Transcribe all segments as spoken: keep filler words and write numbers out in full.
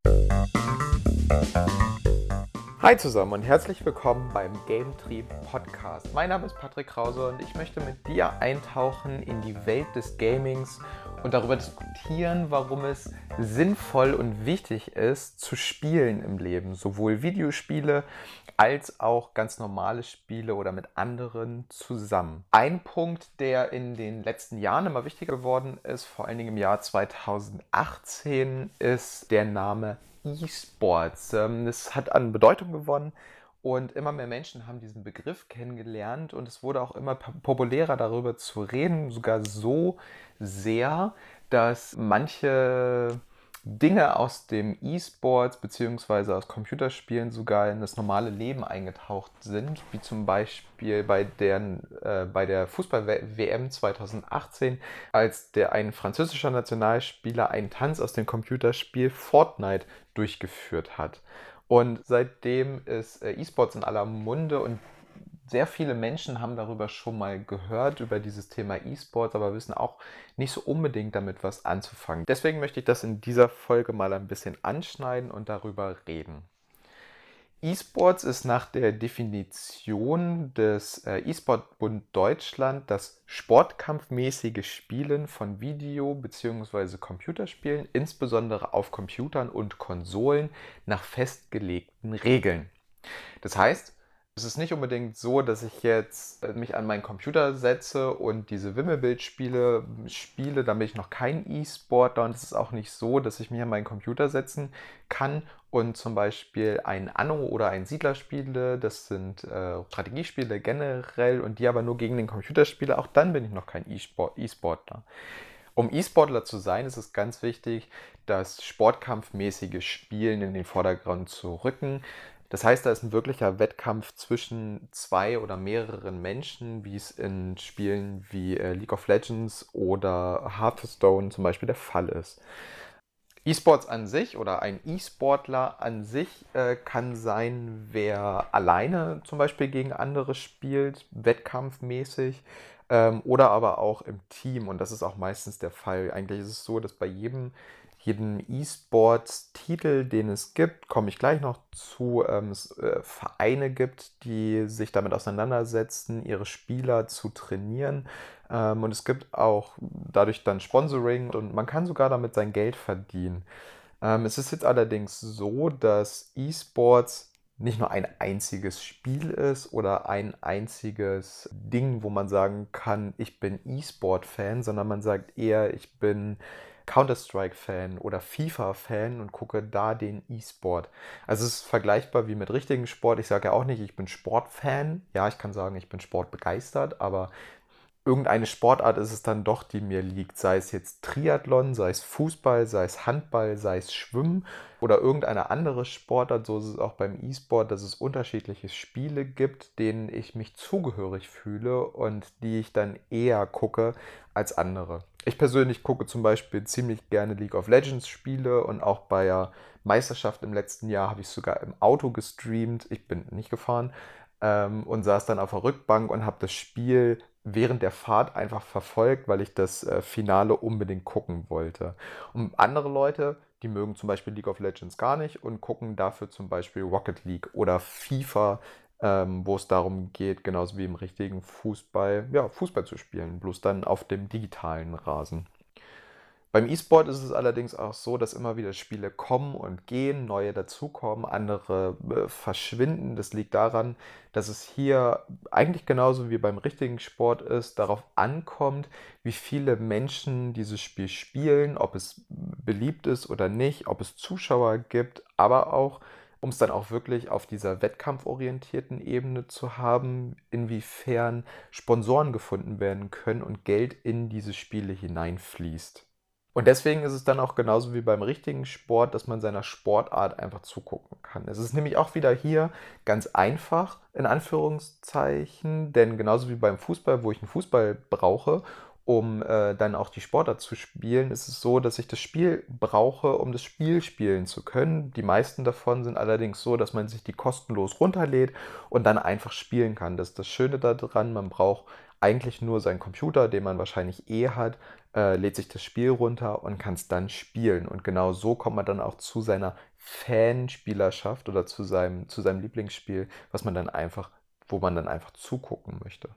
Hi zusammen und herzlich willkommen beim Gametree Podcast. Mein Name ist Patrick Krause und ich möchte mit dir eintauchen in die Welt des Gamings und darüber diskutieren, warum es sinnvoll und wichtig ist, zu spielen im Leben. Sowohl Videospiele als auch ganz normale Spiele oder mit anderen zusammen. Ein Punkt, der in den letzten Jahren immer wichtiger geworden ist, vor allen Dingen im Jahr zweitausendachtzehn, ist der Name E-Sports. Es hat an Bedeutung gewonnen und immer mehr Menschen haben diesen Begriff kennengelernt und es wurde auch immer populärer, darüber zu reden, sogar so sehr, dass manche Dinge aus dem E-Sports bzw. aus Computerspielen sogar in das normale Leben eingetaucht sind, wie zum Beispiel bei, deren, äh, bei der Fußball-W M zweitausendachtzehn, als der ein französischer Nationalspieler einen Tanz aus dem Computerspiel Fortnite durchgeführt hat. Und seitdem ist äh, E-Sports in aller Munde und sehr viele Menschen haben darüber schon mal gehört, über dieses Thema E-Sports, aber wissen auch nicht so unbedingt damit was anzufangen. Deswegen möchte ich das in dieser Folge mal ein bisschen anschneiden und darüber reden. E-Sports ist nach der Definition des äh, E-Sport-Bund Deutschland das sportkampfmäßige Spielen von Video- bzw. Computerspielen, insbesondere auf Computern und Konsolen, nach festgelegten Regeln. Das heißt, es ist nicht unbedingt so, dass ich jetzt äh, mich an meinen Computer setze und diese Wimmelbildspiele spiele, dann bin ich noch kein E-Sportler, und es ist auch nicht so, dass ich mich an meinen Computer setzen kann und zum Beispiel ein Anno oder ein Siedler spiele. Das sind äh, Strategiespiele generell und die aber nur gegen den Computer spiele. Auch dann bin ich noch kein E-Sport, E-Sportler. Um E-Sportler zu sein, ist es ganz wichtig, das sportkampfmäßige Spielen in den Vordergrund zu rücken. Das heißt, da ist ein wirklicher Wettkampf zwischen zwei oder mehreren Menschen, wie es in Spielen wie äh, League of Legends oder Hearthstone zum Beispiel der Fall ist. E-Sports an sich oder ein E-Sportler an sich äh, kann sein, wer alleine zum Beispiel gegen andere spielt, wettkampfmäßig, ähm, oder aber auch im Team. Und das ist auch meistens der Fall. Eigentlich ist es so, dass bei jedem, jedem E-Sports-Titel, den es gibt, komme ich gleich noch zu, ähm, es äh, Vereine gibt, die sich damit auseinandersetzen, ihre Spieler zu trainieren. Ähm, und es gibt auch dadurch dann Sponsoring und man kann sogar damit sein Geld verdienen. Ähm, es ist jetzt allerdings so, dass E-Sports nicht nur ein einziges Spiel ist oder ein einziges Ding, wo man sagen kann, ich bin E-Sport-Fan, sondern man sagt eher, ich bin Counter-Strike-Fan oder FIFA-Fan und gucke da den E-Sport. Also es ist vergleichbar wie mit richtigem Sport. Ich sage ja auch nicht, ich bin Sportfan. Ja, ich kann sagen, ich bin sportbegeistert, aber irgendeine Sportart ist es dann doch, die mir liegt. Sei es jetzt Triathlon, sei es Fußball, sei es Handball, sei es Schwimmen oder irgendeine andere Sportart. So ist es auch beim E-Sport, dass es unterschiedliche Spiele gibt, denen ich mich zugehörig fühle und die ich dann eher gucke als andere. Ich persönlich gucke zum Beispiel ziemlich gerne League of Legends Spiele und auch bei der Meisterschaft im letzten Jahr habe ich sogar im Auto gestreamt. Ich bin nicht gefahren, ähm, und saß dann auf der Rückbank und habe das Spiel während der Fahrt einfach verfolgt, weil ich das äh, Finale unbedingt gucken wollte. Und andere Leute, die mögen zum Beispiel League of Legends gar nicht und gucken dafür zum Beispiel Rocket League oder FIFA, ähm, wo es darum geht, genauso wie im richtigen Fußball, ja, Fußball zu spielen, bloß dann auf dem digitalen Rasen. Beim E-Sport ist es allerdings auch so, dass immer wieder Spiele kommen und gehen, neue dazukommen, andere äh, verschwinden. Das liegt daran, dass es hier eigentlich genauso wie beim richtigen Sport ist, darauf ankommt, wie viele Menschen dieses Spiel spielen, ob es beliebt ist oder nicht, ob es Zuschauer gibt, aber auch, um es dann auch wirklich auf dieser wettkampforientierten Ebene zu haben, inwiefern Sponsoren gefunden werden können und Geld in diese Spiele hineinfließt. Und deswegen ist es dann auch genauso wie beim richtigen Sport, dass man seiner Sportart einfach zugucken kann. Es ist nämlich auch wieder hier ganz einfach, in Anführungszeichen, denn genauso wie beim Fußball, wo ich einen Fußball brauche, um äh, dann auch die Sportart zu spielen, ist es so, dass ich das Spiel brauche, um das Spiel spielen zu können. Die meisten davon sind allerdings so, dass man sich die kostenlos runterlädt und dann einfach spielen kann. Das ist das Schöne daran, man braucht eigentlich nur seinen Computer, den man wahrscheinlich eh hat, äh, lädt sich das Spiel runter und kann es dann spielen. Und genau so kommt man dann auch zu seiner Fanspielerschaft oder zu seinem, zu seinem Lieblingsspiel, was man dann einfach, wo man dann einfach zugucken möchte.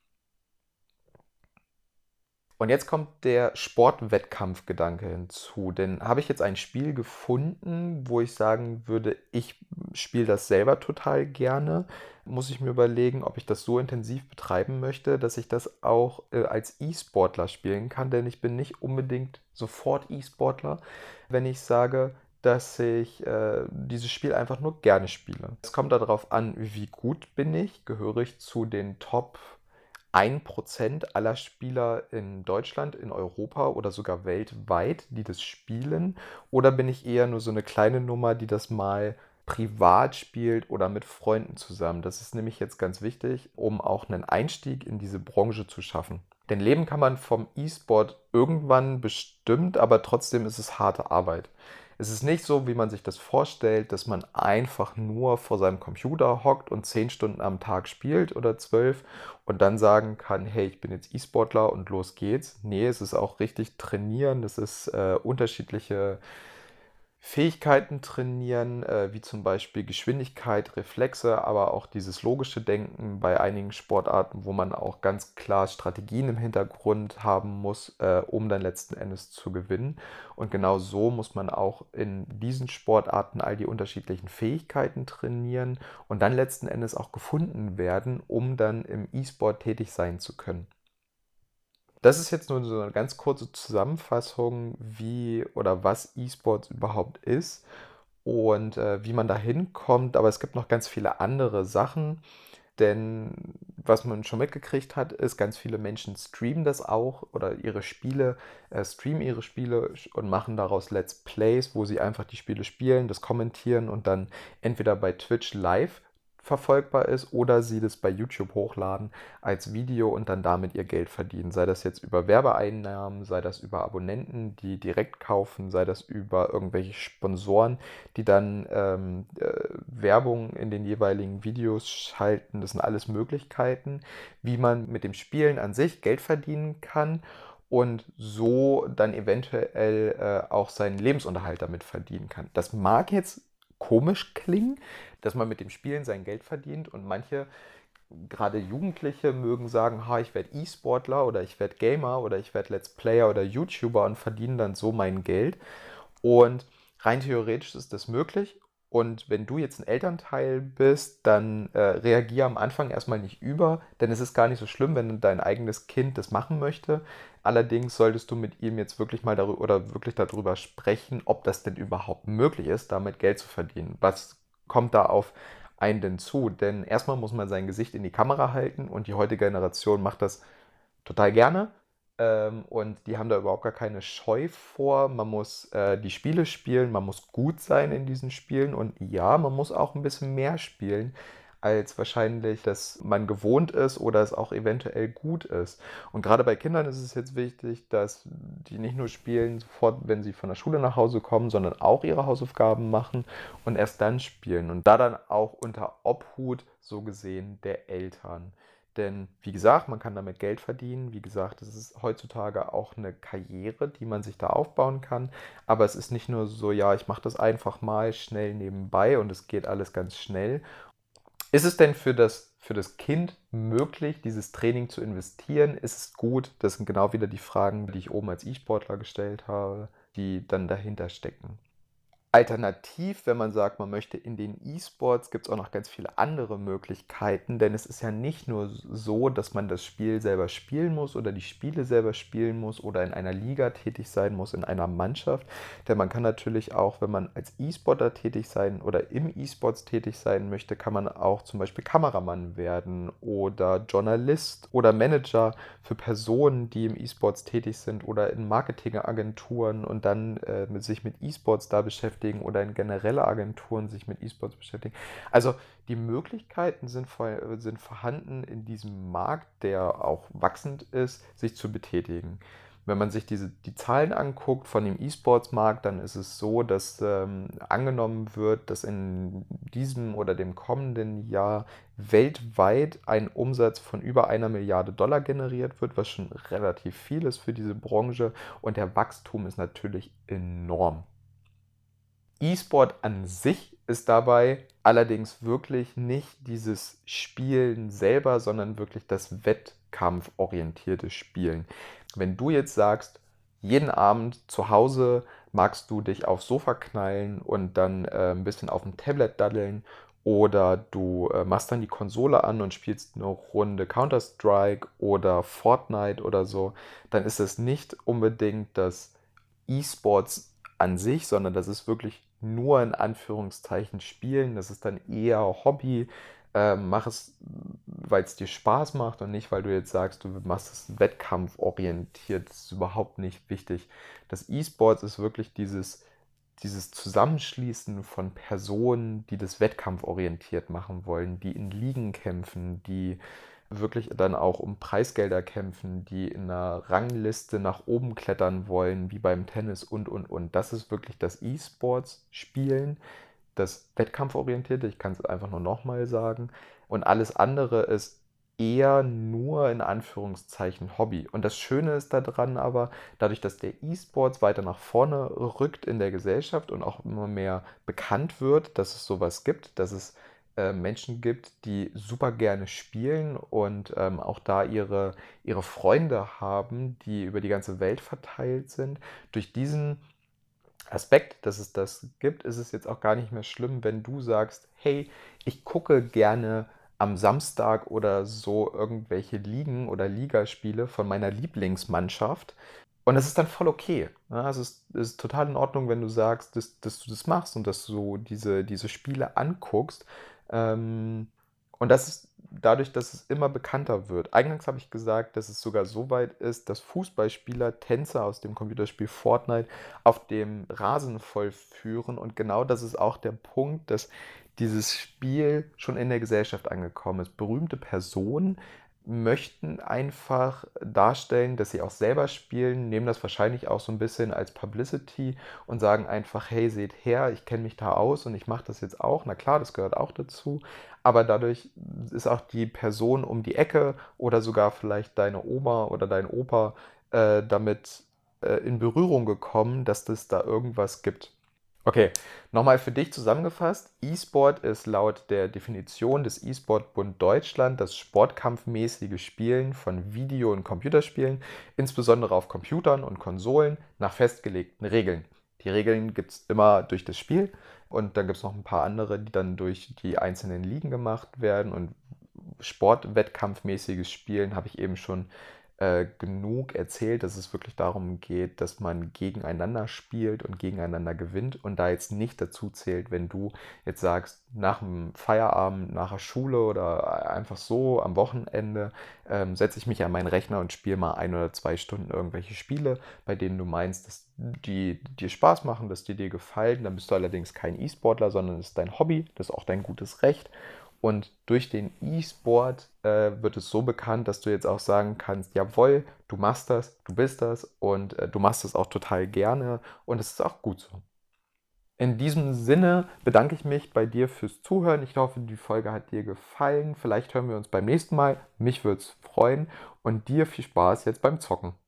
Und jetzt kommt der Sportwettkampfgedanke hinzu. Denn habe ich jetzt ein Spiel gefunden, wo ich sagen würde, ich spiele das selber total gerne, muss ich mir überlegen, ob ich das so intensiv betreiben möchte, dass ich das auch äh, als E-Sportler spielen kann. Denn ich bin nicht unbedingt sofort E-Sportler, wenn ich sage, dass ich äh, dieses Spiel einfach nur gerne spiele. Es kommt darauf an, wie gut bin ich. Gehöre ich zu den Top ein Prozent aller Spieler in Deutschland, in Europa oder sogar weltweit, die das spielen? Oder bin ich eher nur so eine kleine Nummer, die das mal privat spielt oder mit Freunden zusammen? Das ist nämlich jetzt ganz wichtig, um auch einen Einstieg in diese Branche zu schaffen. Denn leben kann man vom E-Sport irgendwann bestimmt, aber trotzdem ist es harte Arbeit. Es ist nicht so, wie man sich das vorstellt, dass man einfach nur vor seinem Computer hockt und zehn Stunden am Tag spielt oder zwölf und dann sagen kann, hey, ich bin jetzt E-Sportler und los geht's. Nee, es ist auch richtig trainieren, es ist äh, unterschiedliche Fähigkeiten trainieren, äh, wie zum Beispiel Geschwindigkeit, Reflexe, aber auch dieses logische Denken bei einigen Sportarten, wo man auch ganz klar Strategien im Hintergrund haben muss, äh, um dann letzten Endes zu gewinnen. Und genau so muss man auch in diesen Sportarten all die unterschiedlichen Fähigkeiten trainieren und dann letzten Endes auch gefunden werden, um dann im E-Sport tätig sein zu können. Das ist jetzt nur so eine ganz kurze Zusammenfassung, wie oder was E-Sports überhaupt ist und äh, wie man da hinkommt. Aber es gibt noch ganz viele andere Sachen, denn was man schon mitgekriegt hat, ist, ganz viele Menschen streamen das auch oder ihre Spiele, äh, streamen ihre Spiele und machen daraus Let's Plays, wo sie einfach die Spiele spielen, das kommentieren und dann entweder bei Twitch live verfolgbar ist oder sie das bei YouTube hochladen als Video und dann damit ihr Geld verdienen. Sei das jetzt über Werbeeinnahmen, sei das über Abonnenten, die direkt kaufen, sei das über irgendwelche Sponsoren, die dann ähm, äh, Werbung in den jeweiligen Videos schalten. Das sind alles Möglichkeiten, wie man mit dem Spielen an sich Geld verdienen kann und so dann eventuell äh, auch seinen Lebensunterhalt damit verdienen kann. Das mag jetzt komisch klingen, dass man mit dem Spielen sein Geld verdient und manche, gerade Jugendliche, mögen sagen, ha, ich werde E-Sportler oder ich werde Gamer oder ich werde Let's Player oder YouTuber und verdiene dann so mein Geld. Und rein theoretisch ist das möglich. Und wenn du jetzt ein Elternteil bist, dann äh, reagier am Anfang erstmal nicht über, denn es ist gar nicht so schlimm, wenn dein eigenes Kind das machen möchte. Allerdings solltest du mit ihm jetzt wirklich mal darüber oder wirklich darüber sprechen, ob das denn überhaupt möglich ist, damit Geld zu verdienen. Was kommt da auf einen denn zu? Denn erstmal muss man sein Gesicht in die Kamera halten und die heutige Generation macht das total gerne. Ähm, und die haben da überhaupt gar keine Scheu vor. Man muss äh, die Spiele spielen, man muss gut sein in diesen Spielen und ja, man muss auch ein bisschen mehr spielen, als wahrscheinlich das man gewohnt ist oder es auch eventuell gut ist. Und gerade bei Kindern ist es jetzt wichtig, dass die nicht nur spielen sofort, wenn sie von der Schule nach Hause kommen, sondern auch ihre Hausaufgaben machen und erst dann spielen. Und da dann auch unter Obhut, so gesehen, der Eltern. Denn wie gesagt, man kann damit Geld verdienen. Wie gesagt, es ist heutzutage auch eine Karriere, die man sich da aufbauen kann. Aber es ist nicht nur so, ja, ich mache das einfach mal schnell nebenbei und es geht alles ganz schnell. Ist es denn für das, für das Kind möglich, dieses Training zu investieren? Ist es gut? Das sind genau wieder die Fragen, die ich oben als E-Sportler gestellt habe, die dann dahinter stecken. Alternativ, wenn man sagt, man möchte in den E-Sports, gibt es auch noch ganz viele andere Möglichkeiten, denn es ist ja nicht nur so, dass man das Spiel selber spielen muss oder die Spiele selber spielen muss oder in einer Liga tätig sein muss, in einer Mannschaft, denn man kann natürlich auch, wenn man als E-Sportler tätig sein oder im E-Sports tätig sein möchte, kann man auch zum Beispiel Kameramann werden oder Journalist oder Manager für Personen, die im E-Sports tätig sind oder in Marketingagenturen und dann äh, mit sich mit E-Sports da beschäftigen oder in generelle Agenturen sich mit E-Sports beschäftigen. Also die Möglichkeiten sind, vor, sind vorhanden in diesem Markt, der auch wachsend ist, sich zu betätigen. Wenn man sich diese, die Zahlen anguckt von dem E-Sports-Markt, dann ist es so, dass ähm, angenommen wird, dass in diesem oder dem kommenden Jahr weltweit ein Umsatz von über einer Milliarde Dollar generiert wird, was schon relativ viel ist für diese Branche. Und der Wachstum ist natürlich enorm. E-Sport an sich ist dabei allerdings wirklich nicht dieses Spielen selber, sondern wirklich das wettkampforientierte Spielen. Wenn du jetzt sagst, jeden Abend zu Hause magst du dich aufs Sofa knallen und dann äh, ein bisschen auf dem Tablet daddeln oder du äh, machst dann die Konsole an und spielst eine Runde Counter-Strike oder Fortnite oder so, dann ist es nicht unbedingt das E-Sports an sich, sondern das ist wirklich nur in Anführungszeichen Spielen. Das ist dann eher Hobby. Ähm, mach es, weil es dir Spaß macht und nicht, weil du jetzt sagst, du machst es wettkampforientiert. Das ist überhaupt nicht wichtig. Das E-Sports ist wirklich dieses, dieses Zusammenschließen von Personen, die das wettkampforientiert machen wollen, die in Ligen kämpfen, die wirklich dann auch um Preisgelder kämpfen, die in einer Rangliste nach oben klettern wollen, wie beim Tennis und, und, und. Das ist wirklich das E-Sports-Spielen, das Wettkampforientierte, ich kann es einfach nur nochmal sagen. Und alles andere ist eher nur in Anführungszeichen Hobby. Und das Schöne ist daran aber, dadurch, dass der E-Sports weiter nach vorne rückt in der Gesellschaft und auch immer mehr bekannt wird, dass es sowas gibt, dass es äh, Menschen gibt, die super gerne spielen und ähm, auch da ihre, ihre Freunde haben, die über die ganze Welt verteilt sind. Durch diesen Aspekt, dass es das gibt, ist es jetzt auch gar nicht mehr schlimm, wenn du sagst, hey, ich gucke gerne am Samstag oder so irgendwelche Ligen oder Ligaspiele von meiner Lieblingsmannschaft. Und das ist dann voll okay. Ja, also es ist, es ist total in Ordnung, wenn du sagst, dass, dass du das machst und dass du diese, diese Spiele anguckst. Ähm, und das ist dadurch, dass es immer bekannter wird. Eingangs habe ich gesagt, dass es sogar so weit ist, dass Fußballspieler Tänze aus dem Computerspiel Fortnite auf dem Rasen vollführen. Und genau das ist auch der Punkt, dass dieses Spiel schon in der Gesellschaft angekommen ist. Berühmte Personen möchten einfach darstellen, dass sie auch selber spielen, nehmen das wahrscheinlich auch so ein bisschen als Publicity und sagen einfach, hey, seht her, ich kenne mich da aus und ich mache das jetzt auch. Na klar, das gehört auch dazu, aber dadurch ist auch die Person um die Ecke oder sogar vielleicht deine Oma oder dein Opa äh, damit äh, in Berührung gekommen, dass es da irgendwas gibt. Okay, nochmal für dich zusammengefasst. E-Sport ist laut der Definition des E-Sport-Bund Deutschland das sportkampfmäßige Spielen von Video- und Computerspielen, insbesondere auf Computern und Konsolen, nach festgelegten Regeln. Die Regeln gibt es immer durch das Spiel und dann gibt es noch ein paar andere, die dann durch die einzelnen Ligen gemacht werden. Und sportwettkampfmäßiges Spielen habe ich eben schon äh, genug erzählt, dass es wirklich darum geht, dass man gegeneinander spielt und gegeneinander gewinnt und da jetzt nicht dazu zählt, wenn du jetzt sagst, nach dem Feierabend, nach der Schule oder einfach so am Wochenende ähm, setze ich mich an meinen Rechner und spiele mal ein oder zwei Stunden irgendwelche Spiele, bei denen du meinst, dass die dir Spaß machen, dass die dir gefallen. Dann bist du allerdings kein E-Sportler, sondern es ist dein Hobby, das ist auch dein gutes Recht. Und durch den E-Sport äh, wird es so bekannt, dass du jetzt auch sagen kannst, jawohl, du machst das, du bist das und äh, du machst es auch total gerne und es ist auch gut so. In diesem Sinne bedanke ich mich bei dir fürs Zuhören. Ich hoffe, die Folge hat dir gefallen. Vielleicht hören wir uns beim nächsten Mal. Mich würde es freuen und dir viel Spaß jetzt beim Zocken.